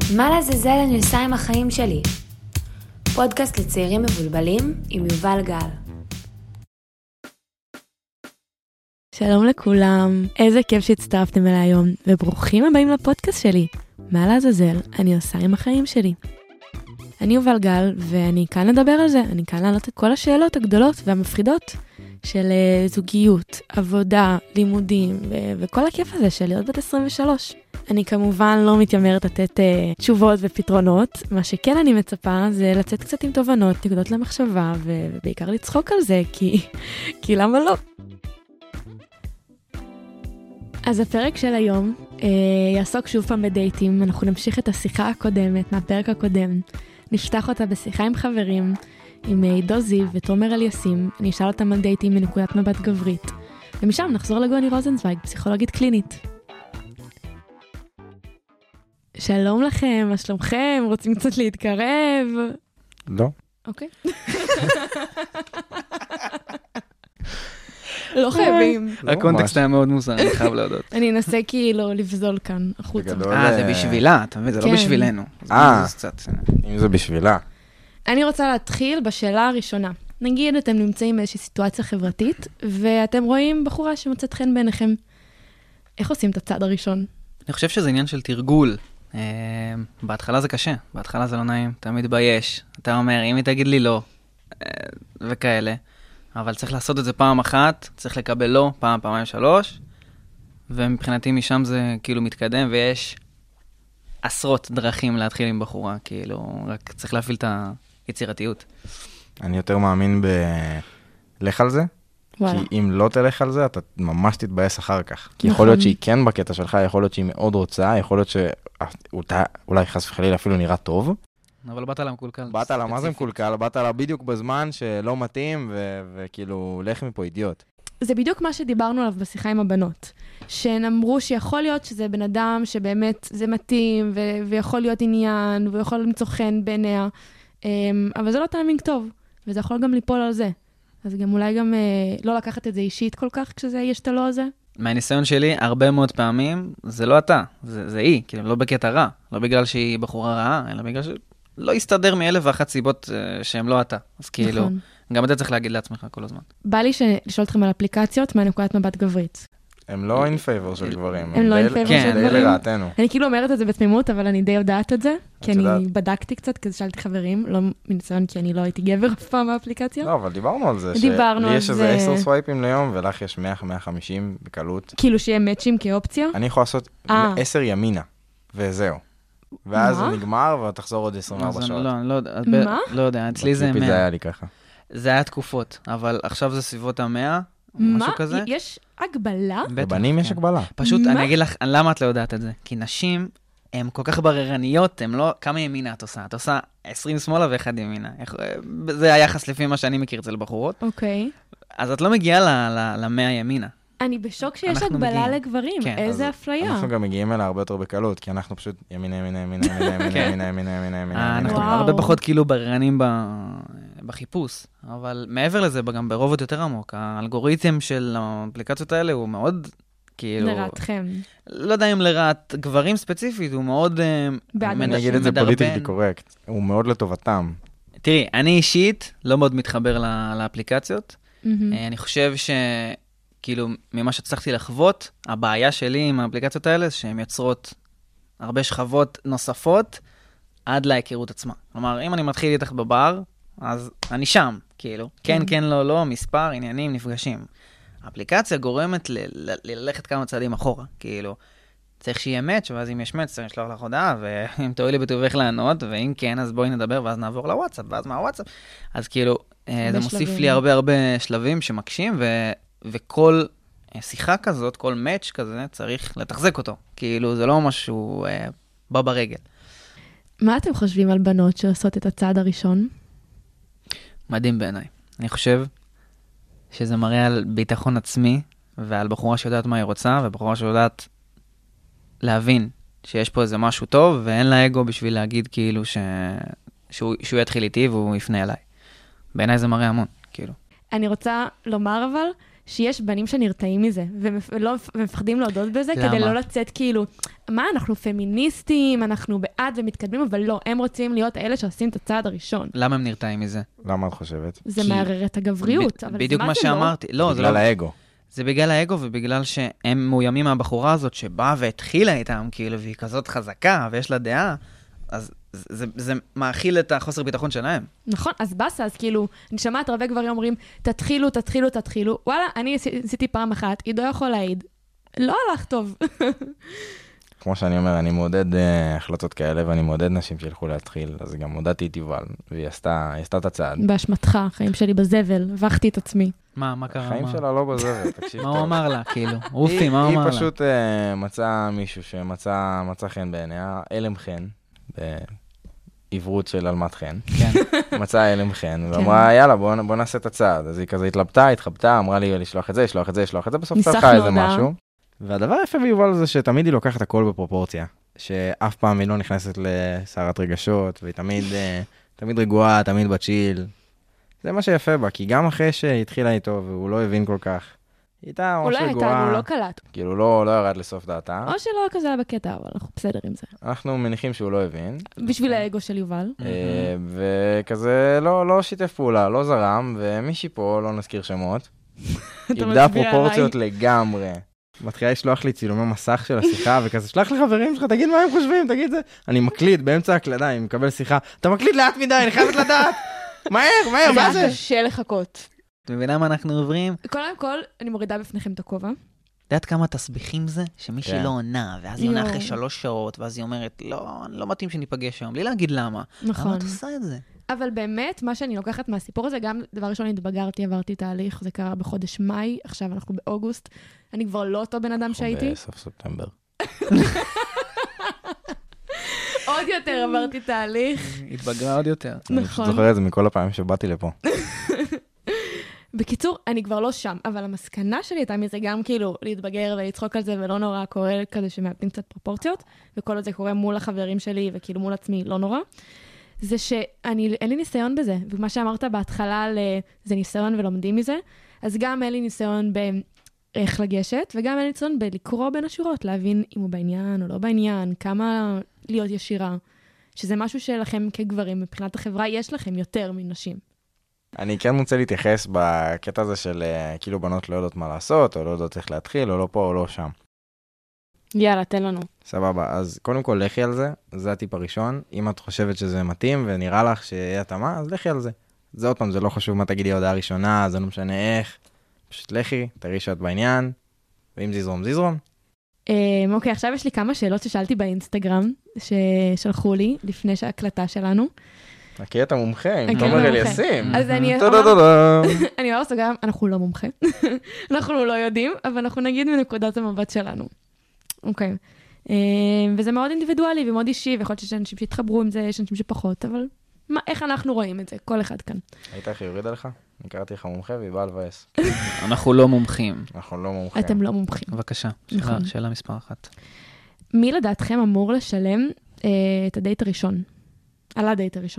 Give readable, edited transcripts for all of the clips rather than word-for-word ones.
מה לעזאזל אני עושה עם החיים שלי? פודקאסט לצעירים מבולבלים עם יובל גל. שלום לכולם, איזה כיף שהצטרפתם אליי היום, וברוכים הבאים לפודקאסט שלי. מה לעזאזל אני עושה עם החיים שלי? אני יובל גל, ואני כאן לדבר על זה, אני כאן לענות את כל השאלות הגדולות והמפחידות של זוגיות, עבודה, לימודים, וכל הכיף הזה של להיות בת 23. אני כמובן לא מתיימרת לתת תשובות ופתרונות, מה שכן אני מצפה זה לצאת קצת עם תובנות, נקודות למחשבה, ובעיקר לצחוק על זה, כי למה לא? אז הפרק של היום יעסוק שוב פעם בדייטים, אנחנו נמשיך את השיחה הקודמת מהפרק הקודם, נפתח אותה בשיחה עם חברים, עם עידו זיו ותומר אליסים, אני אשאל אותם על דייטים מנקודת מבט גברית, ומשם נחזור לגוני רוזנצוויג, פסיכולוגית קלינית. שלום לכם, מה שלומכם? רוצים קצת להתקרב? לא. אוקיי. לא חייבים. הקונטקסט היה מאוד מוזר, אני חייב להודות. אני אנסה כאילו לבזול כאן החוצה. זה בשבילה, אתה מבין? זה לא בשבילנו. אם זה בשבילה. אני רוצה להתחיל בשאלה הראשונה. נגיד אתם נמצאים באיזושהי סיטואציה חברתית, ואתם רואים בחורה שמוצאת חן בעיניכם. איך עושים את הצעד הראשון? אני חושב שזה עניין של תרגול. בהתחלה זה קשה, בהתחלה זה לא נעים, אתה מתבייש. אתה אומר, אם היא תגיד לי לא, וכאלה. אבל צריך לעשות את זה פעם אחת, צריך לקבל לא, פעם, פעמיים, 3, ומבחינתי משם זה כאילו מתקדם, ויש עשרות דרכים להתחיל עם בחורה, כאילו, רק צריך להפעיל את היצירתיות. אני יותר מאמין לך על זה, וואלה. כי אם לא תלך על זה, אתה ממש תתבאס אחר כך. כי יכול להיות שהיא כן בקטע שלך, יכול להיות שהיא מאוד רוצה, יכול להיות שאולי חס וחלילה אפילו נראה טוב. אבל באת לה מקולקל. באת לה, מה זה מקולקל? באת לה בדיוק בזמן שלא מתאים, וכאילו, לך מפה אידיוט. זה בדיוק מה שדיברנו עליו בשיחה עם הבנות. שהן אמרו שיכול להיות שזה בן אדם שבאמת זה מתאים, ויכול להיות עניין, ויכול למצוא חן בעיניה, אבל זה לא טיימינג טוב, וזה יכול גם ליפול על זה. אז גם אולי גם לא לקחת את זה אישית כל כך, כשזה יש את הלא הזה. מהניסיון שלי, הרבה מאוד פעמים, זה לא אתה, זה היא, כאילו, לא בקטע רע, לא בגלל שהיא בחורה רעה, אלא בגלל שלא יסתדר מ1,001 סיבות שהן לא אתה. אז כאילו, נכון. גם אתה צריך להגיד לעצמך כל הזמן. בא לי לשאול אתכם על אפליקציות מהנקודת מבט גברית. הם לא in favor של גברים. הם לא in favor של די גברים. לרעתנו. אני כאילו אומרת את זה בתמימות, אבל אני די יודעת את זה, כי אני יודעת. בדקתי קצת, כי שאלתי חברים, לא מניסיון, כי אני לא הייתי גבר אף פעם באפליקציה. לא, אבל דיברנו על זה. דיברנו לי על יש זה. איזה 10 סווייפים ליום, ולך יש 100-150 בקלות. כאילו שיהיה מאצ'ים כאופציה. אני יכול לעשות 10 ימינה, וזהו. ואז זה נגמר, ותחזור עוד 24 שעות. מה? לא יודע, אצלי זה בטיפי 100. זה היה לי ככה. זה היה תקופות, אבל עכשיו זה סביבות 100, מה? משהו כזה. יש הגבלה? בטח, לבנים יש כן. הגבלה. פשוט, מה? אני אגיד לך, למה את לא יודעת את זה? כי נשים, הן כל כך בררניות, הן לא, כמה ימינה את עושה? את עושה 20 שמאלה ואחד ימינה. זה היחס לפי מה שאני מכיר אצל בחורות. אוקיי. אז את לא מגיעה ל-100 ימינה. אני בשוק שיש אנחנו הגבלה מגיעים. לגברים. כן, איזה אפליה. אנחנו גם מגיעים אליה הרבה יותר בקלות, כי אנחנו פשוט ימינה, ימינה, ימינה, ימינה, ימינה, ימינה, ימינה, ימינה, ימינה. אנחנו וואו. הרבה פחות כאילו בררנים בחיפוש, אבל מעבר לזה, גם ברובד יותר עמוק, האלגוריתם של האפליקציות האלה הוא מאוד, כאילו... לרעתכם. לא יודע אם לרעת גברים ספציפית, הוא מאוד... אני אגיד את זה פוליטיקלי קורקט, הוא מאוד לטובתם. תראי, אני אישית לא מאוד מתחבר לאפליקציות. אני חושב שכאילו, ממה שהצלחתי לחוות, הבעיה שלי עם האפליקציות האלה, זה שהן יוצרות הרבה שכבות נוספות עד להיכרות עצמה. כלומר, אם אני מתחיל איתך בבר, אז אני שם, כאילו. כן, כן, לא, לא, מספר, עניינים, נפגשים. האפליקציה גורמת ללכת כמה צעדים אחורה, כאילו. צריך שיהיה מאץ', ואז אם יש מאץ', צריך לשלוח לך הודעה, ואם תואילי בטובך לענות, ואם כן, אז בואי נדבר, ואז נעבור לוואטסאפ, ואז מהוואטסאפ. אז כאילו, זה מוסיף לי הרבה שלבים שמקשים, וכל שיחה כזאת, כל מאץ' כזה, צריך לתחזק אותו. כאילו, זה לא משהו בא ברגל. מה אתם חושבים על בנות שעושות את הצעד הראשון? מדהים בעיניי. אני חושב שזה מראה על ביטחון עצמי, ועל בחורה שיודעת מה היא רוצה, ובחורה שיודעת להבין שיש פה איזה משהו טוב, ואין לה אגו בשביל להגיד כאילו שהוא יתחיל איתי והוא יפנה אליי. בעיניי זה מראה המון, כאילו. אני רוצה לומר אבל שיש בנים שנרתעים מזה, ומפחדים להודות בזה, כדי לא לצאת כאילו, מה, אנחנו פמיניסטים, אנחנו בעד ומתקדמים, אבל לא, הם רוצים להיות אלה שעושים את הצעד הראשון. למה הם נרתעים מזה? למה את חושבת? זה מערער את הגבריות, אבל בדיוק מה שאמרתי. לא, בגלל האגו. זה בגלל האגו, ובגלל שהם מאוימים מהבחורה הזאת, שבאה והתחילה איתם, כאילו, והיא כזאת חזקה, ויש לה דעה, אז זה מאכיל את החוסר ביטחון שלהם. נכון, אז בסה, אז כאילו, אני שמעת הרבה גברים אומרים, תתחילו, תתחילו, תתחילו. וואלה, אני עשיתי פעם אחת, עידו יכול להעיד. לא הלך טוב. כמו שאני אומר, אני מעודד החלטות כאלה, ואני מעודד נשים שילכו להתחיל, אז גם מודדתי את יובל, והיא עשתה את הצעד. באשמתך, חיים שלי בזבל, הבכתי את עצמי. מה קרה? החיים שלה לא בזבל, תקשיב טוב. מה הוא אמר לה, כאילו? רופי, מה הוא אמר לה? היא פשוט מצאה מישהו שמצא חן בעיניה, אלם חן, בעברות של אלמת חן. כן. מצאה אלם חן, ואמרה, יאללה, בוא נעשה את הצעד. אז היא כזה התחבטה, אמרה לי לשלוח את זה, בסוף צלחה איזה משהו. והדבר היפה ביובל זה שתמיד היא לוקחת הכל בפרופורציה, שאף פעם היא לא נכנסת לסערת רגשות, והיא תמיד רגועה, תמיד בצ'יל. זה מה שיפה בה, כי גם אחרי שהיא התחילה איתו, והוא לא הבין כל כך, היא הייתה ממש רגועה. אולי הייתה, הוא לא קלט. כאילו לא ירד לסוף דעתה. או שלא כזה היה בקטע, אבל אנחנו בסדר עם זה. אנחנו מניחים שהוא לא הבין. בשביל האגו של יובל. וכזה לא שיתף פעולה, לא זרם, ומישהי פה, לא נזכיר שמות, איבדה פרופורציות לגמרי. מתחילה לשלוח לי צילומי מסך של השיחה, וכזה, שלח לחברים שלך, תגיד מה הם חושבים, תגיד זה. אני מקליט באמצע הקלדה, אני מקבל שיחה, אתה מקליט לאט מדי, אני חייבת לדעת. מהר, מה זה? זה קשה לחכות. את מבינה מה אנחנו עוברים? קודם כל, אני מורידה בפניכם את הכובע. יודעת כמה תסביכים זה? שמישהי לא עונה, ואז היא עונה אחרי 3 שעות, ואז היא אומרת, לא מתאים שניפגש היום, בלי להגיד למה. נכון. למה את עושה את זה? אבל באמת, מה שאני לוקחת מהסיפור הזה, גם דבר ראשון התבגרתי, עברתי תהליך, זה קרה בחודש מאי, עכשיו אנחנו באוגוסט, אני כבר לא אותו בן אדם שהייתי. בסוף ספטמבר. עוד יותר עברתי תהליך. התבגרה עוד יותר. נכון. אני פשוט זוכר את זה מכל הפעמים שבאתי לפה. בקיצור, אני כבר לא שם, אבל המסקנה שלי הייתה מזה גם כאילו להתבגר ולצחוק על זה, ולא נורא קורה כזה שמאבדים קצת פרופורציות, וכל עוד זה קורה מול החברים שלי, וכאילו מול עצמי, לא נורא. זה שאין לי ניסיון בזה, ומה שאמרת בהתחלה, זה ניסיון ולומדים מזה, אז גם אין לי ניסיון באיך לגשת, וגם אין לי ניסיון בלקרוא בין השורות, להבין אם הוא בעניין או לא בעניין, כמה להיות ישירה, שזה משהו שלכם כגברים, מבחינת החברה, יש לכם יותר מנשים. אני כן רוצה להתייחס בקטע הזה של כאילו בנות לא יודעות מה לעשות, או לא יודעות איך להתחיל, או לא פה או לא שם. יאללה, תן לנו. סבבה, אז קודם כל לכי על זה, זה הטיפ הראשון. אם את חושבת שזה מתאים ונראה לך שיהיה התאמה, אז לכי על זה. זה עוד פעם, זה לא חשוב מה תגידי הודעה ראשונה, זה לא משנה איך. פשוט לכי, תראי שאת בעניין, ואם זה יזרום, זה יזרום. אוקיי, עכשיו יש לי כמה שאלות ששאלתי באינסטגרם, ששלחו לי לפני שההקלטה שלנו. הכי את המומחה, עם תומר אליסים. אז אני אומר סגרם, אנחנו לא מומחה. אנחנו לא יודעים, אבל אנחנו נגיד מנקודת המבט שלנו. אוקיי. וזה מאוד אינדיבידואלי ומאוד אישי, ויכול להיות שיש אנשים שהתחברו עם זה, יש אנשים שפחות, אבל איך אנחנו רואים את זה? כל אחד כאן. היית איך יורידה לך? אני קראתי לך מומחה והיא באה לבאס. אנחנו לא מומחים. אנחנו לא מומחים. אתם לא מומחים. בבקשה, שאלה מספר 1. מי לדעתכם אמור לשלם את הדייט הראשון? על הדייט הראשון.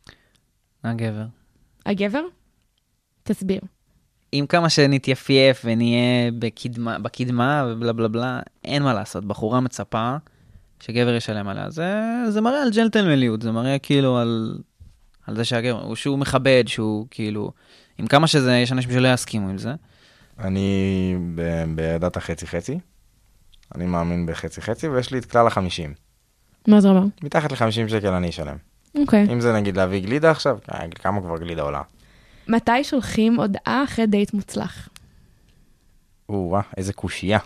הגבר. הגבר? תסביר. עם כמה שנתייפייף ונהיה בקדמה ובלה בלה בלה, אין מה לעשות. בחורה מצפה שגבר ישלם עליה. זה מראה על ג'נטלמניות, זה מראה כאילו על זה שהגבר, שהוא מכבד, שהוא כאילו, עם כמה שזה, יש אנשים שלא יסכימו עם זה. אני בעדת החצי-חצי. אני מאמין בחצי-חצי, ויש לי את כלל ה-50. מה זה אומר? מתחת ל-50 שקל אני אשלם. אוקיי. אם זה נגיד להביא גלידה עכשיו, כמה כבר גלידה עולה? מתי שולחים הודעה אחרי דייט מוצלח? איזה קושייה.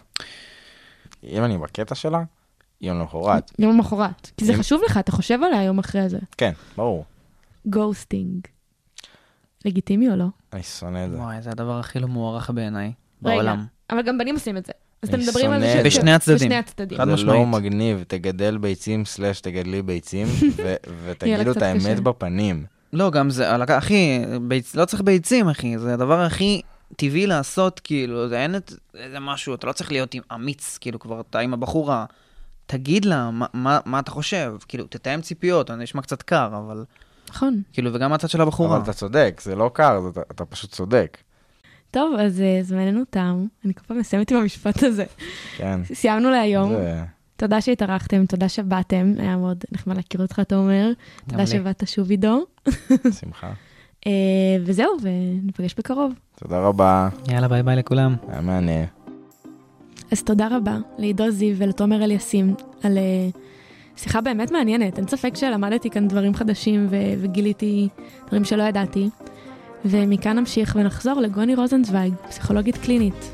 אם אני בקטע שלה, יום למחרת. יום למחרת. כי זה חשוב לך, אתה חושב עליה יום אחרי זה. כן, ברור. גוסטינג. לגיטימי או לא? אני שונא את זה. וואי, זה הדבר הכי לא מוערך בעיניי בעולם. אבל גם בנים עושים את זה. אז אתם מדברים על זה בשני הצדדים. בשני הצדדים. זה לא מגניב, תגדל ביצים / תגדלי ביצים, ותגידו את האמת בפנים. לא, גם זה, אחי, לא צריך ביצים, אחי, זה הדבר הכי טבעי לעשות, כאילו, זה אין איזה משהו, אתה לא צריך להיות אמיץ, כאילו, כבר אתה עם הבחורה, תגיד לה מה אתה חושב, כאילו, תתאם ציפיות, אני נשמע קצת קר, אבל... נכון. כאילו, וגם מהצד של הבחורה. אבל אתה צודק, זה לא קר, אתה פשוט צודק. טוב, אז זמננו תם. אני כל פעם מסיימת עם המשפט הזה. כן. סיימנו להיום. זה... תודה שהתארחתם, תודה שבאתם. היה מאוד נחמד להכיר אותך, תומר. תודה שבאת שוב עידו. שמחה. וזהו, ונפגש בקרוב. תודה רבה. יאללה, ביי ביי לכולם. היה מעניין. אז תודה רבה לעידו זיו ולתומר אליסים על שיחה באמת מעניינת. אין ספק שלמדתי כאן דברים חדשים וגיליתי דברים שלא ידעתי. ומכאן נמשיך ונחזור לגוני רוזנצוויג, פסיכולוגית קלינית.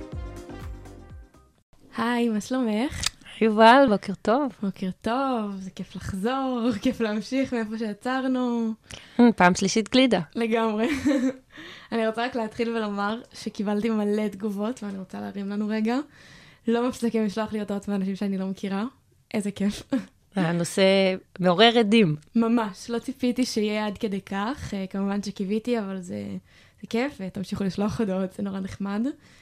היי, מה שלומך? יובל, בוקר טוב. בוקר טוב, זה כיף לחזור, כיף להמשיך מאיפה שעצרנו. פעם שלישית גלידה. לגמרי. אני רוצה רק להתחיל ולומר שקיבלתי מלא תגובות, ואני רוצה להרים לנו רגע. לא מפסקים לשלוח לי הודעות מאנשים שאני לא מכירה. איזה כיף. הנושא מעורר עדים. ממש, לא ציפיתי שיהיה עד כדי כך. כמובן שקיוויתי, אבל זה כיף, ותמשיכו לשלוח הודעות, זה נורא נחמד.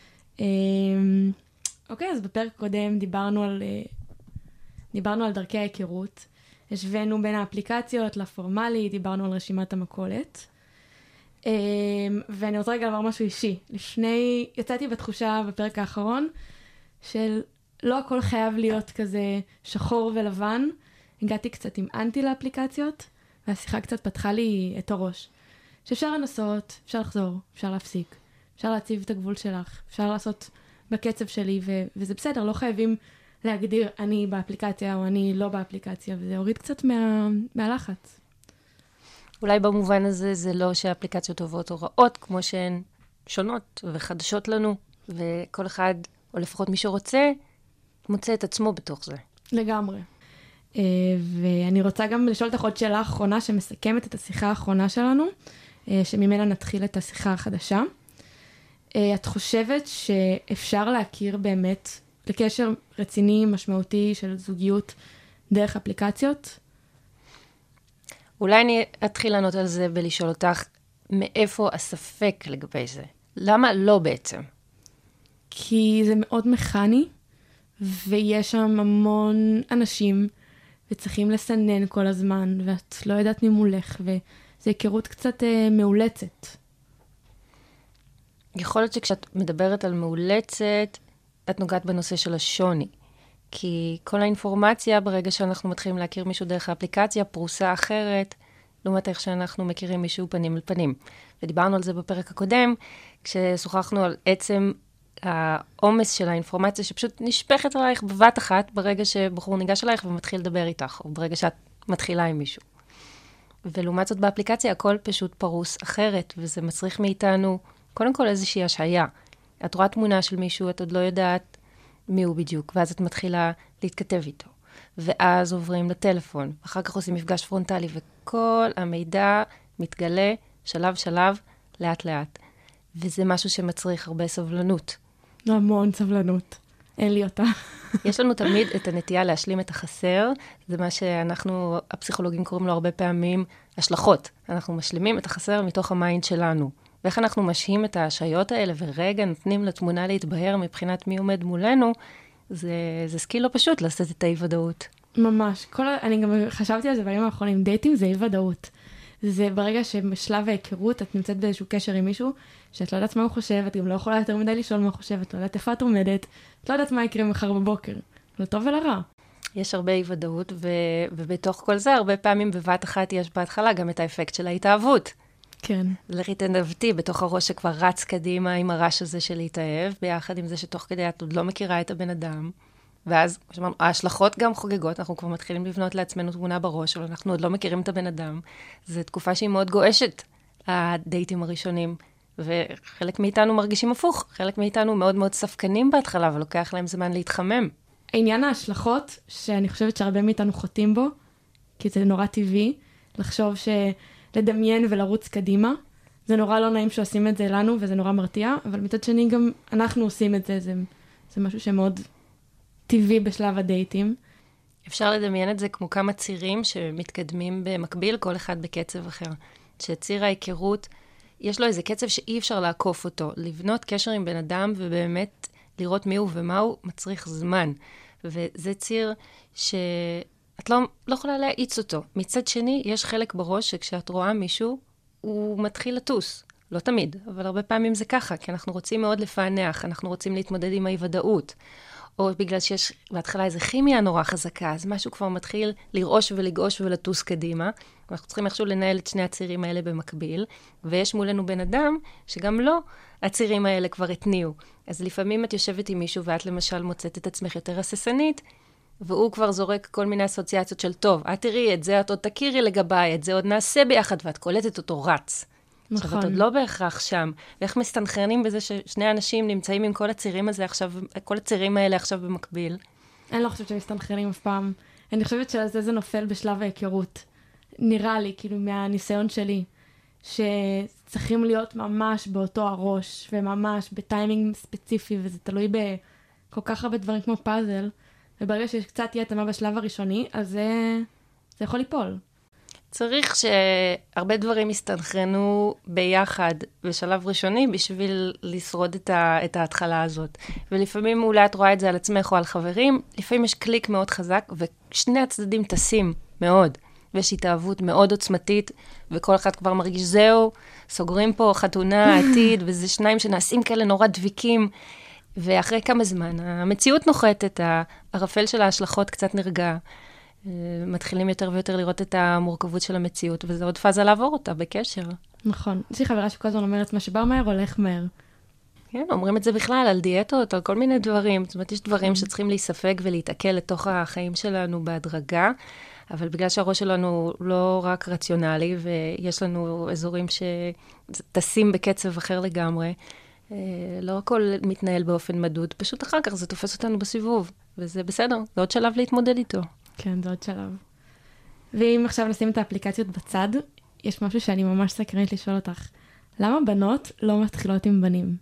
אוקיי, אז בפרק קודם דיברנו על דרכי ההיכרות. השווינו בין האפליקציות לפורמלי, דיברנו על רשימת המכולת. ואני רוצה רגע לומר משהו אישי. יצאתי בתחושה בפרק האחרון של לא הכל חייב להיות כזה שחור ולבן. הגעתי קצת עם אנטי לאפליקציות, והשיחה קצת פתחה לי את הראש. שאפשר לנסות, אפשר לחזור, אפשר להפסיק, אפשר להציב את הגבול שלך, אפשר לעשות בקצב שלי, וזה בסדר, לא חייבים להגדיר אני באפליקציה או אני לא באפליקציה, וזה הוריד קצת מהלחץ. אולי במובן הזה זה לא שהאפליקציות טובות או רעות, כמו שהן שונות וחדשות לנו, וכל אחד, או לפחות מי שרוצה, מוצא את עצמו בתוך זה. לגמרי. ואני רוצה גם לשאול אותך עוד שאלה אחרונה שמסכמת את השיחה האחרונה שלנו, שממנה נתחיל את השיחה החדשה. את חושבת שאפשר להכיר באמת לקשר רציני, משמעותי של זוגיות דרך אפליקציות? אולי אני אתחיל לענות על זה בלשאול אותך, מאיפה הספק לגבי זה? למה לא בעצם? כי זה מאוד מכני, ויש שם המון אנשים, וצריכים לסנן כל הזמן, ואת לא יודעת ממולך, וזו היכרות קצת מאולצת. יכול להיות שכשאת מדברת על מאולצת, את נוגעת בנושא של השוני. כי כל האינפורמציה, ברגע שאנחנו מתחילים להכיר מישהו דרך האפליקציה, פרוסה אחרת, לעומת איך שאנחנו מכירים מישהו פנים אל פנים. ודיברנו על זה בפרק הקודם, כששוחחנו על עצם העומס של האינפורמציה, שפשוט נשפכת עלייך בבת אחת, ברגע שבחור ניגש עלייך ומתחיל לדבר איתך, או ברגע שאת מתחילה עם מישהו. ולעומת זאת באפליקציה, הכל פשוט פרוס אחרת, וזה מצריך מאיתנו, קודם כל איזושהי השעיה. את רואה תמונה של מישהו, את עוד לא יודעת מי הוא בדיוק, ואז את מתחילה להתכתב איתו. ואז עוברים לטלפון, ואחר כך עושים מפגש פרונטלי, וכל המידע מתגלה שלב שלב, לאט לאט. וזה משהו שמצריך הרבה סבלנות. המון סבלנות. אין לי אותה. יש לנו תמיד את הנטייה להשלים את החסר, זה מה שאנחנו, הפסיכולוגים קוראים לו הרבה פעמים, השלכות. אנחנו משלימים את החסר מתוך המיינד שלנו. ואיך אנחנו משהים את ההשעיות האלה, ורגע נותנים לתמונה להתבהר מבחינת מי עומד מולנו, זה סקיל לא פשוט לעשות את האי-ודאות. ממש. אני גם חשבתי על זה בימים האחרונים, דייטים זה אי-ודאות. זה ברגע שבשלב ההיכרות את נמצאת באיזשהו קשר עם מישהו, שאת לא יודעת מה הוא חושב, את גם לא יכולה יותר מדי לשאול מה הוא חושב, את לא יודעת איפה את עומדת, את לא יודעת מה יקרה מחר בבוקר. לטוב ולרע. יש הרבה אי-ודאות, ובתוך כל זה, הרבה פעמים בבת אחת יש בהתחלה גם את האפקט של ההתאהבות. כן. לכי תנווטי בתוך הראש שכבר רץ קדימה עם הרעש הזה של להתאהב, ביחד עם זה שתוך כדי את עוד לא מכירה את הבן אדם, ואז, כמו שאמרנו, ההשלכות גם חוגגות, אנחנו כבר מתחילים לבנות לעצמנו תמונה בראש, אבל אנחנו עוד לא מכירים את הבן אדם. זו תקופה שהיא מאוד גועשת, הדייטים הראשונים, וחלק מאיתנו מרגישים הפוך, חלק מאיתנו מאוד מאוד ספקנים בהתחלה, ולוקח להם זמן להתחמם. העניין ההשלכות, שאני חושבת שהרבה מאיתנו חוטאים בו, כי זה נורא טבעי, לחשוב לדמיין ולרוץ קדימה, זה נורא לא נעים שעושים את זה לנו, וזה נורא מרתיע, אבל מצד שני גם אנחנו עושים את זה, זה משהו שמאוד טבעי בשלב הדייטים. אפשר לדמיין את זה כמו כמה צירים שמתקדמים במקביל, כל אחד בקצב אחר. שציר ההיכרות, יש לו איזה קצב שאי אפשר לעקוף אותו. לבנות קשר עם בן אדם ובאמת לראות מי הוא ומה הוא מצריך זמן. וזה ציר שאת לא יכולה להאיץ אותו. מצד שני, יש חלק בראש שכשאת רואה מישהו, הוא מתחיל לטוס. לא תמיד, אבל הרבה פעמים זה ככה, כי אנחנו רוצים מאוד לפענח, אנחנו רוצים להתמודד עם האי-ודאות, או בגלל שיש בהתחלה איזו כימיה נורא חזקה, אז משהו כבר מתחיל לרעוש ולגעוש ולטוס קדימה, אנחנו צריכים איכשהו לנהל את שני הצירים האלה במקביל, ויש מולנו בן אדם שגם לא הצירים האלה כבר התניעו. אז לפעמים את יושבת עם מישהו, ואת למשל מוצאת את עצמך יותר הססנית, והוא כבר זורק כל מיני אסוציאציות של, טוב, את תראי, את זה את עוד תכירי לגביי, את זה עוד נעשה ביחד, ואת קולטת אותו רץ. נכון. עכשיו, את עוד לא בהכרח שם. ואיך מסתנכרנים בזה ששני אנשים נמצאים עם כל הצירים הזה עכשיו, כל הצירים האלה עכשיו במקביל? אני לא חושבת שמסתנכרנים אף פעם. אני חושבת שזה נופל בשלב ההיכרות. נראה לי, כאילו, מהניסיון שלי, שצריכים להיות ממש באותו הראש, וממש בטיימינג ספציפי, וזה תלוי בכל כך הרבה דברים כמו פאזל, וברגע שיש קצת יתמה בשלב הראשוני, אז זה יכול ליפול. צריך שהרבה דברים יסתנכרנו ביחד בשלב ראשוני בשביל לשרוד את ההתחלה הזאת. ולפעמים אולי את רואה את זה על עצמך או על חברים, לפעמים יש קליק מאוד חזק, ושני הצדדים טסים מאוד. ויש התאהבות מאוד עוצמתית, וכל אחד כבר מרגיש זהו, סוגרים פה חתונה, עתיד, וזה שניים שנעשים כאלה נורא דביקים, ואחרי כמה זמן המציאות נוחתת, הערפל של ההשלכות קצת נרגע, מתחילים יותר ויותר לראות את המורכבות של המציאות, וזה עוד פאזה לעבור אותה בקשר. נכון. יש לי חברה שכל הזמן אומרת, מה שבא מהר הולך מהר. כן, אומרים את זה בכלל, על דיאטות, על כל מיני דברים. זאת אומרת, יש דברים שצריכים להיספג ולהתעכל לתוך החיים שלנו בהדרגה, אבל בגלל שהראש שלנו לא רק רציונלי, ויש לנו אזורים שטסים בקצב אחר לגמרי, לא הכל מתנהל באופן מדוד, פשוט אחר כך זה תופס אותנו בסיבוב, וזה בסדר, זה עוד שלב להתמודד איתו. כן, זה עוד שלב. ואם עכשיו נשים את האפליקציות בצד, יש משהו שאני ממש סקרנית לשאול אותך. למה בנות לא מתחילות עם בנים?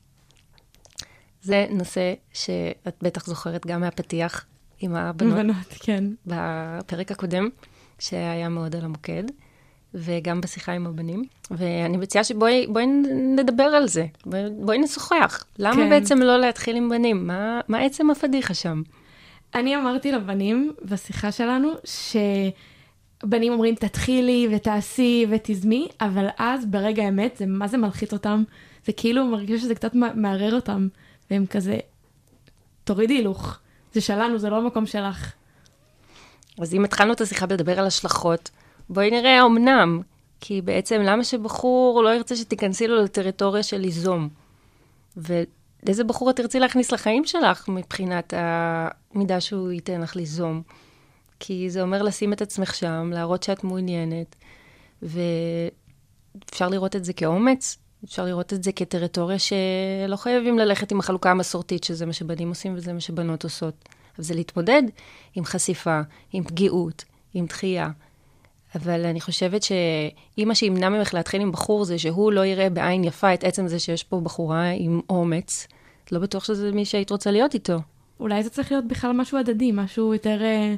זה נושא שאת בטח זוכרת גם מהפתיח עם הבנות. בנות, כן. בפרק הקודם, שהיה מאוד על המוקד, וגם בשיחה עם הבנים. ואני מציעה שבואי נדבר על זה. בואי נשוחח. למה כן. בעצם לא להתחיל עם בנים? מה עצם הפדיחה שם? אני אמרתי לבנים בשיחה שלנו, שבנים אומרים תתחילי ותעשי ותזמי, אבל אז ברגע האמת, מה זה מלחיץ אותם? זה כאילו מרגיש שזה קצת מערער אותם, והם כזה, תורידי הילוך. זה שלנו, זה לא המקום שלך. אז אם התחלנו את השיחה לדבר על השלכות, בואי נראה אמנם, כי בעצם למה שבחור לא ירצה שתיכנסי לו לטריטוריה של ליזום? ואיזה בחור את תרצי להכניס לחיים שלך מבחינת המידה שהוא ייתן לך ליזום? כי זה אומר לשים את עצמך שם, להראות שאת מעוניינת, ואפשר לראות את זה כאומץ, אפשר לראות את זה כטריטוריה שלא חייבים ללכת עם החלוקה המסורתית, שזה מה שבנים עושים וזה מה שבנות עושות. אבל זה להתמודד עם חשיפה, עם פגיעות, עם דחייה. אבל אני חושבת שאם מה שימנע ממך להתחיל עם בחור זה שהוא לא יראה בעין יפה את עצם זה שיש פה בחורה עם אומץ, לא בטוח שזה מי שהיית רוצה להיות איתו. אולי זה צריך להיות בכלל משהו הדדי, משהו יותר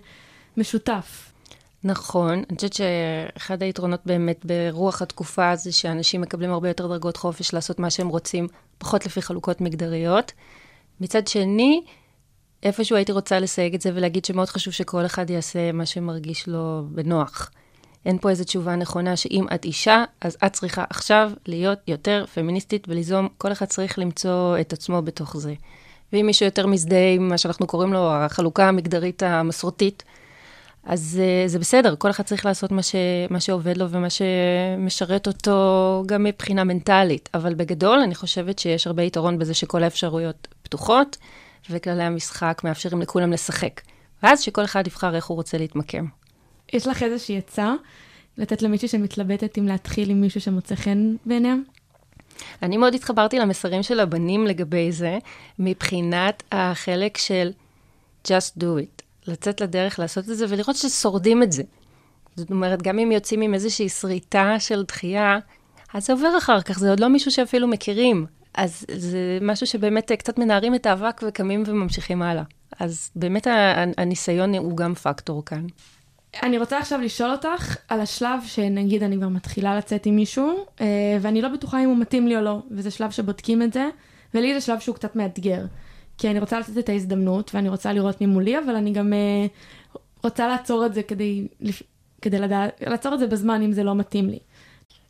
משותף. נכון, אני חושבת שאחד היתרונות באמת ברוח התקופה זה שאנשים מקבלים הרבה יותר דרגות חופש לעשות מה שהם רוצים, פחות לפי חלוקות מגדריות. מצד שני, איפשהו הייתי רוצה לסייג את זה ולהגיד שמאוד חשוב שכל אחד יעשה מה שמרגיש לו בנוח. אין פה איזו תשובה נכונה שאם את אישה, אז את צריכה עכשיו להיות יותר פמיניסטית וליזום, כל אחד צריך למצוא את עצמו בתוך זה. ואם מישהו יותר מזדהה עם מה שאנחנו קוראים לו החלוקה המגדרית המסורתית, אז זה בסדר, כל אחד צריך לעשות מה שעובד לו ומה שמשרת אותו גם מבחינה מנטלית. אבל בגדול אני חושבת שיש הרבה יתרון בזה שכל האפשרויות פתוחות, וכללי המשחק מאפשרים לכולם לשחק. ואז שכל אחד יבחר איך הוא רוצה להתמקם. יש לך איזושהי עצה לתת למישהו שמתלבטת אם להתחיל עם מישהו שמוצא חן בעיניהם? אני מאוד התחברתי למסרים של הבנים לגבי זה, מבחינת החלק של just do it. לצאת לדרך, לעשות את זה, ולראות ששורדים את זה. זאת אומרת, גם אם יוצאים עם איזושהי שריטה של דחייה, אז זה עובר אחר כך, זה עוד לא מישהו שאפילו מכירים. אז זה משהו שבאמת קצת מנערים את האבק וקמים וממשיכים הלאה. אז באמת הניסיון הוא גם פקטור כאן. אני רוצה עכשיו לשאול אותך על השלב שנגיד אני כבר מתחילה לצאת עם מישהו, ואני לא בטוחה אם הוא מתאים לי או לא, וזה שלב שבודקים את זה, ולי זה שלב שהוא קצת מאתגר. כי אני רוצה לתת את ההזדמנות, ואני רוצה לראות ממולי, אבל אני גם רוצה לעצור את זה כדי לעצור את זה בזמן אם זה לא מתאים לי.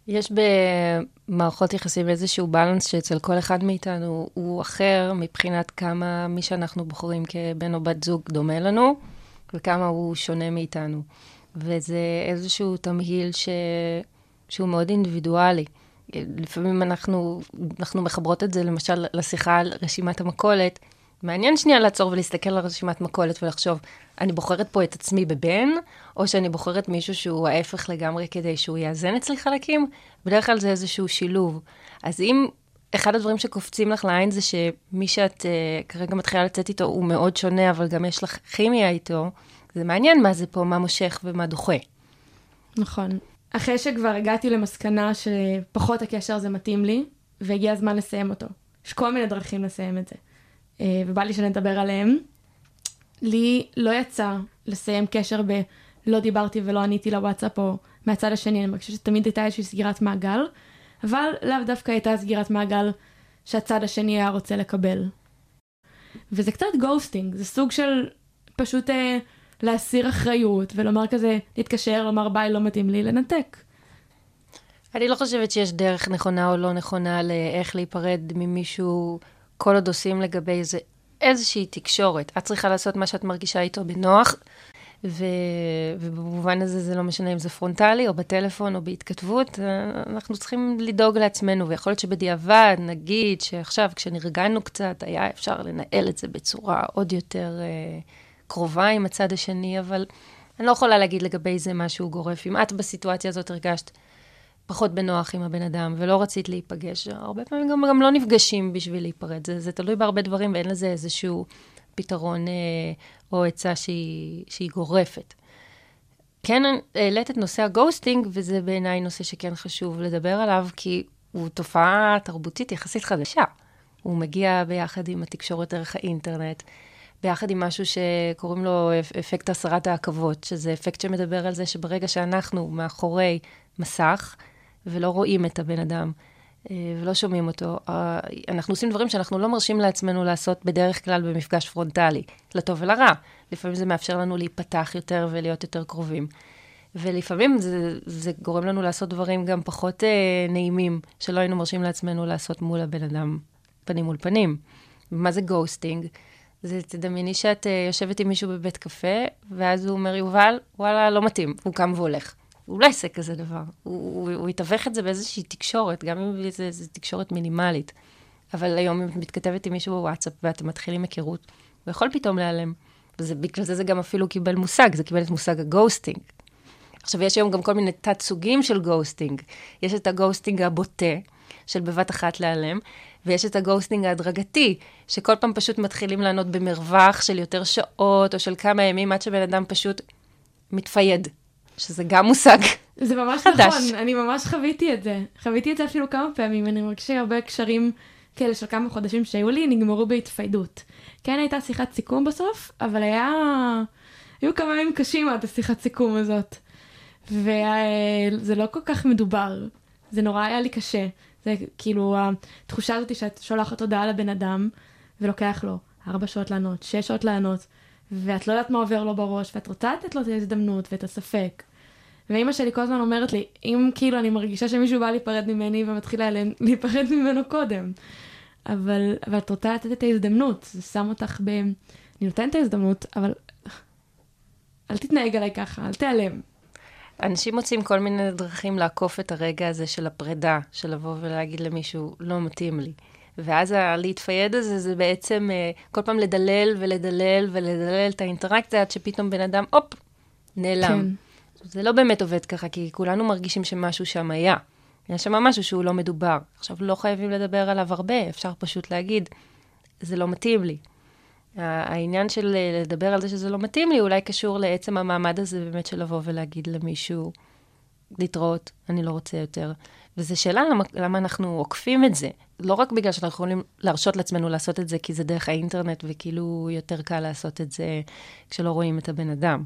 יש במערכות יחסים איזשהו בלנס שאצל כל אחד מאיתנו הוא אחר, מבחינת כמה מי שאנחנו בוחרים כבן או בת זוג דומה לנו, וכמה הוא שונה מאיתנו. וזה איזשהו תמהיל שהוא מאוד אינדיבידואלי. לפעמים אנחנו מחברות את זה, למשל, לשיחה על רשימת המכולת. מעניין שנייה לעצור ולהסתכל על רשימת מכולת ולחשוב, אני בוחרת פה את עצמי בבן, או שאני בוחרת מישהו שהוא ההפך לגמרי כדי שהוא יאזן אצלי חלקים, בדרך כלל זה איזשהו שילוב. אז אם אחד הדברים שקופצים לך לעין זה שמי שאת כרגע מתחילה לצאת איתו הוא מאוד שונה, אבל גם יש לך כימיה איתו, זה מעניין מה זה פה, מה מושך ומה דוחה. נכון. אחרי שכבר הגעתי למסקנה שפחות הקשר הזה מתאים לי, והגיע הזמן לסיים אותו. יש כל מיני דרכים לסיים את זה. ובא לי שנדבר עליהם. לי לא יצא לסיים קשר לא דיברתי ולא עניתי לוואטסאפ או מהצד השני. אני מרגישה שתמיד הייתה איזושהי סגירת מעגל, אבל לאו דווקא הייתה סגירת מעגל שהצד השני היה רוצה לקבל. וזה קצת גוסטינג, זה סוג של פשוט להסיר אחריות ולומר כזה, להתקשר, לומר ביי, לא מתאים לי, לנתק. אני לא חושבת שיש דרך נכונה או לא נכונה לאיך להיפרד ממישהו, כל עוד עושים לגבי זה איזושהי תקשורת. את צריכה לעשות מה שאת מרגישה איתו בנוח, ובמובן הזה זה לא משנה אם זה פרונטלי או בטלפון או בהתכתבות, אנחנו צריכים לדאוג לעצמנו, ויכול להיות שבדיעבד נגיד שעכשיו כשנרגענו קצת היה אפשר לנהל את זה בצורה עוד יותר קרובה עם הצד השני, אבל אני לא יכולה להגיד לגבי זה משהו גורף. אם את בסיטואציה הזאת הרגשת פחות בנוח עם הבן אדם, ולא רצית להיפגש, הרבה פעמים גם לא נפגשים בשביל להיפרד. זה תלוי בהרבה דברים, ואין לזה איזשהו פתרון או עצה שהיא גורפת. כן, העלית את נושא הגוסטינג, וזה בעיניי נושא שכן חשוב לדבר עליו, כי הוא תופעה תרבותית יחסית חדשה. הוא מגיע ביחד עם התקשורת דרך האינטרנט, ביחד עם משהו שקוראים לו אפקט הסרת העקבות, שזה אפקט שמדבר על זה שברגע שאנחנו מאחורי מסך, ולא רואים את הבן אדם, ולא שומעים אותו, אנחנו עושים דברים שאנחנו לא מרשים לעצמנו לעשות בדרך כלל במפגש פרונטלי, לטוב ולרע. לפעמים זה מאפשר לנו להיפתח יותר ולהיות יותר קרובים. ולפעמים זה גורם לנו לעשות דברים גם פחות נעימים, שלא היינו מרשים לעצמנו לעשות מול הבן אדם פנים מול פנים. מה זה גוסטינג? זה תדמייני שאת יושבת עם מישהו בבית קפה, ואז הוא אומר, יובל, וואלה, לא מתאים, הוא קם והולך. הוא לא יעשה כזה דבר. הוא יתווך את זה באיזושהי תקשורת, גם אם זה תקשורת מינימלית. אבל היום אם את מתכתבת עם מישהו בוואטסאפ, ואתם מתחילים היכרות, הוא יכול פתאום להיעלם. ובגלל זה גם אפילו קיבל מושג, זה קיבל את מושג הגוסטינג. עכשיו, יש היום גם כל מיני תת-סוגים של גוסטינג. יש את הגוסטינג הבוטה, של בבת אחת להיעלם, ויש את הגוסטינג ההדרגתי, שכל פעם פשוט מתחילים לענות במרווח של יותר שעות, או של כמה ימים, עד שבן אדם פשוט מתפייד. שזה גם מושג חדש. זה ממש נכון, אני ממש חוויתי את זה. חוויתי את זה אפילו כמה פעמים, אני מרגישה הרבה קשרים כאלה של כמה חודשים שהיו לי, נגמרו בהתפיידות. כן, הייתה שיחת סיכום בסוף, אבל היו כמה ימים קשים עד השיחת סיכום הזאת. וזה לא כל כך מדובר. זה נורא היה לי קשה. זה כאילו, התחושה הזאת שאת שולחת הודעה לבן אדם, ולוקח לו 4 שעות לענות, 6 שעות לענות, ואת לא יודעת מה עובר לו בראש, ואת רוצה לתת לו את ההזדמנות ואת הספק. ואמא שלי כל הזמן אומרת לי, אם כאילו אני מרגישה שמישהו בא להיפרד ממני, ומתחילה להיפרד ממנו קודם. אבל את רוצה לתת את ההזדמנות, זה שם אותך אני נותנת את ההזדמנות, אבל אל תתנהג עליי ככה, אל תיעלם. אנשים מוצאים כל מיני דרכים לעקוף את הרגע הזה של הפרידה, של לבוא ולהגיד למישהו, לא מתאים לי. ואז להתפייד הזה, זה בעצם כל פעם לדלל ולדלל ולדלל את האינטראקציה, עד שפתאום בן אדם, הופ, נעלם. כן. זה לא באמת עובד ככה, כי כולנו מרגישים שמשהו שם היה. יש שם משהו שהוא לא מדובר. עכשיו, לא חייבים לדבר עליו הרבה, אפשר פשוט להגיד, זה לא מתאים לי. העניין של לדבר על זה שזה לא מתאים לי, אולי קשור לעצם המעמד הזה, באמת של לבוא ולהגיד למישהו, להתראות, אני לא רוצה יותר. וזו שאלה למה אנחנו עוקפים את זה. לא רק בגלל שאנחנו יכולים להרשות לעצמנו לעשות את זה, כי זה דרך האינטרנט, וכאילו יותר קל לעשות את זה כשלא רואים את הבן אדם.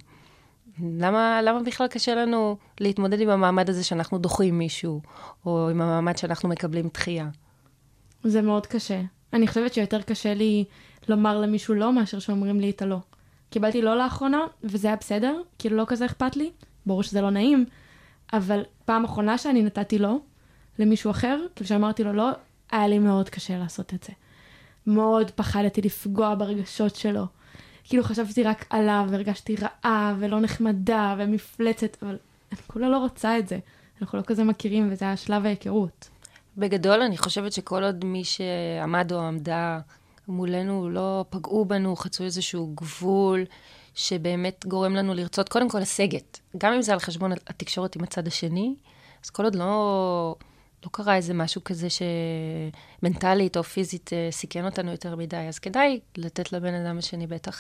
למה בכלל קשה לנו להתמודד עם המעמד הזה שאנחנו דוחים מישהו, או עם המעמד שאנחנו מקבלים דחייה? זה מאוד קשה. אני חושבת שיותר קשה לי לומר למישהו לא, מאשר שאומרים לי את הלא. קיבלתי לא לאחרונה, וזה היה בסדר, כאילו לא כזה אכפת לי. ברור שזה לא נעים, אבל פעם אחרונה שאני נתתי לו, למישהו אחר, כאילו שאמרתי לו לא, היה לי מאוד קשה לעשות את זה. מאוד פחדתי לפגוע ברגשות שלו. כאילו חשבתי רק עליו, והרגשתי רעה, ולא נחמדה, ומפלצת, אבל אני כולה לא רוצה את זה. אנחנו לא כזה מכירים, וזה היה שלב ההיכרות. בגדול, אני חושבת שכל עוד מי שעמד או עמדה מולנו לא פגעו בנו, חצו איזשהו גבול, שבאמת גורם לנו לרצות, קודם כל לסגת. גם אם זה על חשבון התקשורת עם הצד השני, אז כל עוד לא קרה איזה משהו כזה שמנטלית או פיזית סיכן אותנו יותר מדי, אז כדאי לתת לבן אדם השני בטח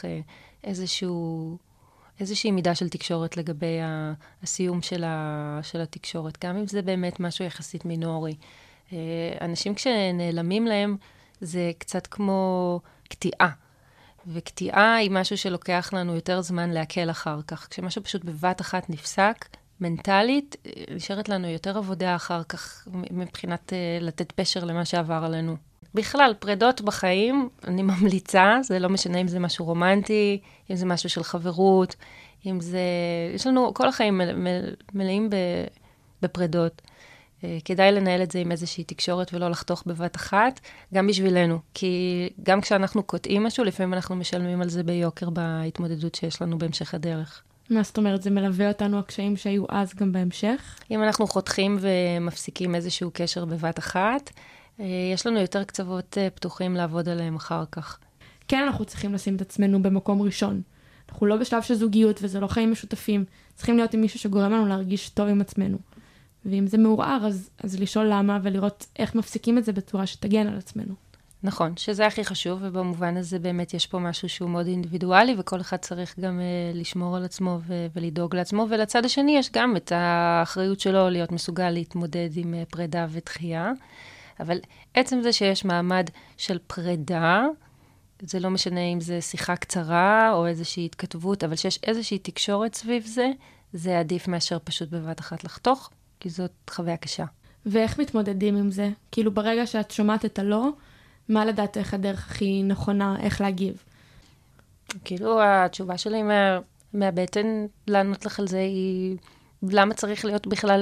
איזושהי מידה של תקשורת לגבי הסיום של התקשורת, גם אם זה באמת משהו יחסית מינורי. אנשים כשנעלמים להם, זה קצת כמו קטיעה. וקטיעה היא משהו שלוקח לנו יותר זמן להקל אחר כך. כשמשהו פשוט בבת אחת נפסק, מנטלית, נשארת לנו יותר עבודה אחר כך, מבחינת לתת פשר למה שעבר עלינו. בכלל, פרדות בחיים, אני ממליצה, זה לא משנה אם זה משהו רומנטי, אם זה משהו של חברות, אם זה... יש לנו, כל החיים מלאים בפרדות. כדאי לנהל את זה עם איזושהי תקשורת ולא לחתוך בבת אחת, גם בשבילנו. כי גם כשאנחנו קוטעים משהו, לפעמים אנחנו משלמים על זה ביוקר בהתמודדות שיש לנו בהמשך הדרך. מה זאת אומרת? זה מלווה אותנו הקשיים שהיו אז גם בהמשך? אם אנחנו חותכים ומפסיקים איזשהו קשר בבת אחת, יש לנו יותר קצוות פתוחים לעבוד עליהם אחר כך. כן, אנחנו צריכים לשים את עצמנו במקום ראשון. אנחנו לא בשלב של זוגיות וזה לא חיים משותפים. צריכים להיות עם מישהו שגורם לנו להרגיש טוב עם עצמנו. ואם זה מעורער, אז לשאול למה ולראות איך מפסיקים את זה בצורה שתגן על עצמנו. נכון, שזה הכי חשוב, ובמובן הזה באמת יש פה משהו שהוא מאוד אינדיבידואלי, וכל אחד צריך גם לשמור על עצמו ולדאוג לעצמו, ולצד השני יש גם את האחריות שלו להיות מסוגל להתמודד עם פרידה ודחייה. אבל עצם זה שיש מעמד של פרידה, זה לא משנה אם זה שיחה קצרה או איזושהי התכתבות, אבל שיש איזושהי תקשורת סביב זה, זה עדיף מאשר פשוט בבת אחת לחתוך, כי זאת חוויה קשה. ואיך מתמודדים עם זה? כאילו ברגע שאת שומעת את הלא, מה לדעתך הדרך הכי נכונה, איך להגיב? כאילו התשובה שלי מהבטן לענות לך על זה היא, למה צריך להיות בכלל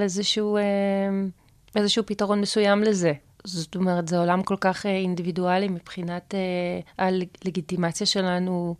איזשהו פתרון מסוים לזה? זאת אומרת, זה עולם כל כך אינדיבידואלי מבחינת הלגיטימציה שלנו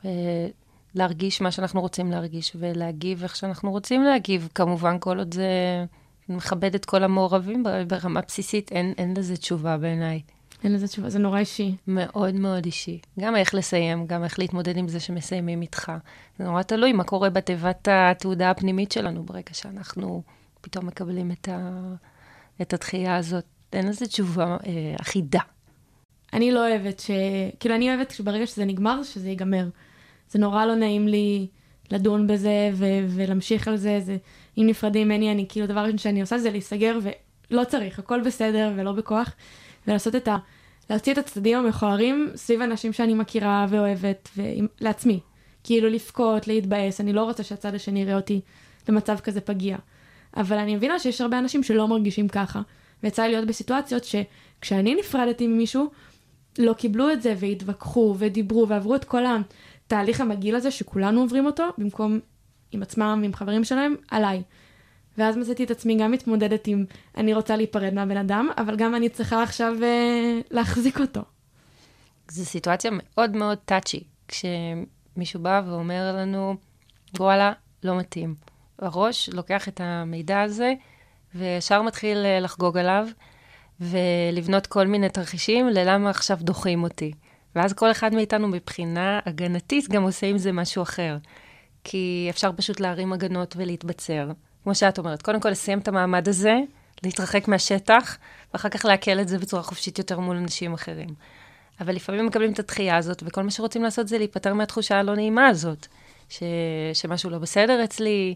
להרגיש מה שאנחנו רוצים להרגיש ולהגיב איך שאנחנו רוצים להגיב. כמובן, כל עוד זה מכבד את כל המעורבים ברמה בסיסית, אין לזה תשובה בעיניי. אין לזה תשובה, זה נורא אישי. מאוד מאוד אישי. גם איך לסיים, גם איך להתמודד עם זה שמסיימים איתך. זה נורא תלוי מה קורה בתיבת התעודה הפנימית שלנו ברגע שאנחנו פתאום מקבלים את הדחייה הזאת. אין לזה תשובה אחידה. אני לא אוהבת כאילו אני אוהבת שברגע שזה נגמר, שזה ייגמר. זה נורא לא נעים לי לדון בזה ולהמשיך על זה. אם נפרדים ממני, אני כאילו דבר ראשון שאני עושה זה להיסגר ולא צריך, הכל בסדר ולא בכוח. ולעשות להוציא את הצדדים המכוערים סביב אנשים שאני מכירה ואוהבת לעצמי. כאילו לפקות, להתבאס. אני לא רוצה שהצד השני יראה אותי במצב כזה פגיע. אבל אני מבינה שיש הרבה אנשים שלא מרגישים ככה. ויצא לי להיות בסיטואציות שכשאני נפרדתי ממישהו, לא קיבלו את זה והתווכחו ודיברו ועברו את כל התהליך המגעיל הזה שכולנו עוברים אותו, במקום עם עצמם, עם חברים שלהם, עליי. ואז מצאתי את עצמי גם מתמודדת עם אני רוצה להיפרד מהבן אדם, אבל גם אני צריכה עכשיו להחזיק אותו. זו סיטואציה מאוד מאוד טאצ'י, כשמישהו בא ואומר לנו, וואלה, לא מתאים. הראש לוקח את המידע הזה, וישר מתחיל לחגוג עליו, ולבנות כל מיני תרחישים ללמה עכשיו דוחים אותי. ואז כל אחד מאיתנו מבחינה הגנתית גם עושה עם זה משהו אחר. כי אפשר פשוט להרים הגנות ולהתבצר. כמו שאת אומרת, קודם כל לסיים את המעמד הזה, להתרחק מהשטח, ואחר כך להקל את זה בצורה חופשית יותר מול אנשים אחרים. אבל לפעמים מקבלים את הדחייה הזאת, וכל מה שרוצים לעשות זה להיפטר מהתחושה הלא נעימה הזאת, שמשהו לא בסדר אצלי,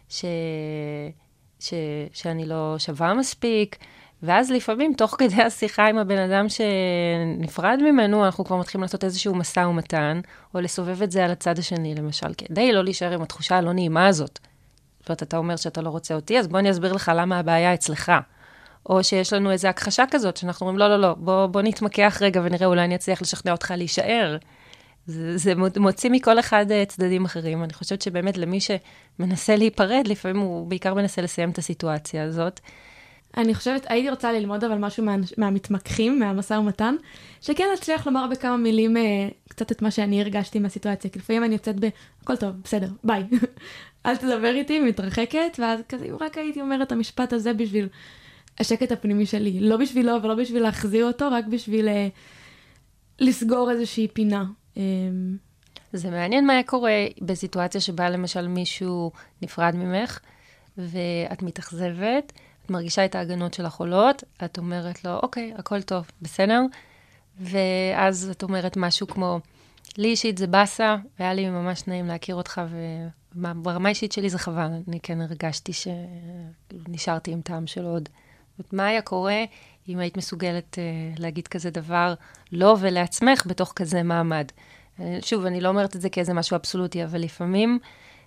שאני לא שווה מספיק, ואז לפעמים, תוך כדי השיחה עם הבן אדם שנפרד ממנו, אנחנו כבר מתחילים לעשות איזשהו מסע ומתן, או לסובב את זה על הצד השני, למשל, כדי לא להישאר עם התחושה הלא נעימה הזאת. זאת אומרת, אתה אומר שאתה לא רוצה אותי, אז בוא אני אסביר לך למה הבעיה אצלך. או שיש לנו איזו הכחשה כזאת, שאנחנו אומרים, לא, בוא נתמקח רגע ונראה, אולי אני אצליח לשכנע אותך להישאר. זה מוציא מכל אחד צדדים אחרים. אני חושבת שבאמת למי שמנסה להיפרד, לפעמים הוא בעיקר מנסה לסיים את הסיטואציה הזאת. אני חושבת, הייתי רוצה ללמוד אבל משהו מהמתמקחים, מהמשא ומתן, שכן אצליח לומר בכמה מילים קצת את מה שאני הרגשתי מהסיטואציה, כי לפעמים אני יוצאת הכל טוב, בסדר, ביי. אל תדבר איתי, מתרחקת, ואז כזה, אם רק הייתי אומרת את המשפט הזה בשביל השקט הפנימי שלי, לא בשבילו ולא בשביל להחזיר אותו, רק בשביל לסגור איזושהי פינה. זה מעניין מה היה קורה בסיטואציה שבה למשל מישהו נפרד ממך, ואת מתאכזבת, את מרגישה את ההגנות של החולות, את אומרת לו, אוקיי, הכל טוב, בסדר? ואז את אומרת משהו כמו, לי אישית זה בסה, והיה לי ממש נעים להכיר אותך, וברמה אישית שלי זה חבל, אני כן הרגשתי שנשארתי עם טעם של עוד. מה היה קורה אם היית מסוגלת להגיד כזה דבר, לא ולעצמך בתוך כזה מעמד? שוב, אני לא אומרת את זה כאיזה משהו אבסולוטי, אבל לפעמים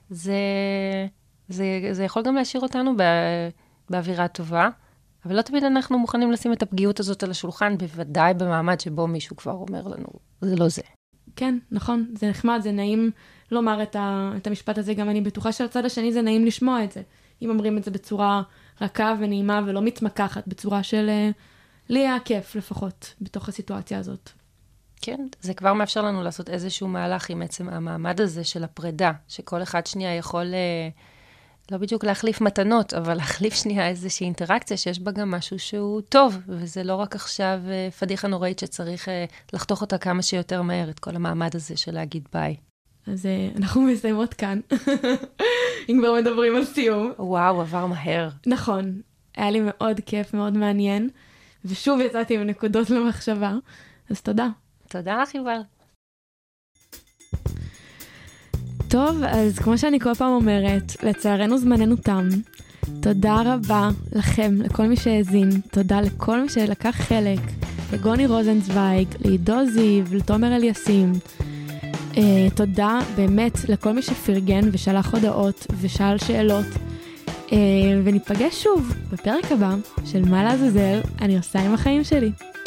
זה יכול גם להשאיר אותנו באווירה טובה, אבל לא תמיד אנחנו מוכנים לשים את הפגיעות הזאת על השולחן, בוודאי במעמד שבו מישהו כבר אומר לנו, זה לא זה. כן, נכון, זה נחמד, זה נעים לומר את המשפט הזה, גם אני בטוחה שלצד השני זה נעים לשמוע את זה. אם אומרים את זה בצורה רכה ונעימה ולא מתמקחת, בצורה של לי היה כיף לפחות בתוך הסיטואציה הזאת. כן, זה כבר מאפשר לנו לעשות איזשהו מהלך עם עצם המעמד הזה של הפרידה, שכל אחד שנייה יכול לא בדיוק להחליף מתנות, אבל להחליף שנייה איזושהי אינטראקציה שיש בה גם משהו שהוא טוב, וזה לא רק עכשיו פדיחה נוראית שצריך לחתוך אותה כמה שיותר מהר, את כל המעמד הזה של להגיד ביי. אז אנחנו מסיימות כאן, אם כבר מדברים על סיום. וואו, עבר מהר. נכון, היה לי מאוד כיף, מאוד מעניין, ושוב יצאתי עם נקודות למחשבה, אז תודה. תודה לך, יובל. טוב, אז כמו שאני כל פעם אומרת, לצערנו זמננו תם. תודה רבה לכם, לכל מי שהאזין. תודה לכל מי שלקח חלק. לגוני רוזנצוויג, לעידו זיו, לתומר אליסים. תודה באמת לכל מי שפרגן ושלח הודעות ושאל שאלות. וניפגש שוב בפרק הבא של מה לעזאזל אני עושה עם החיים שלי.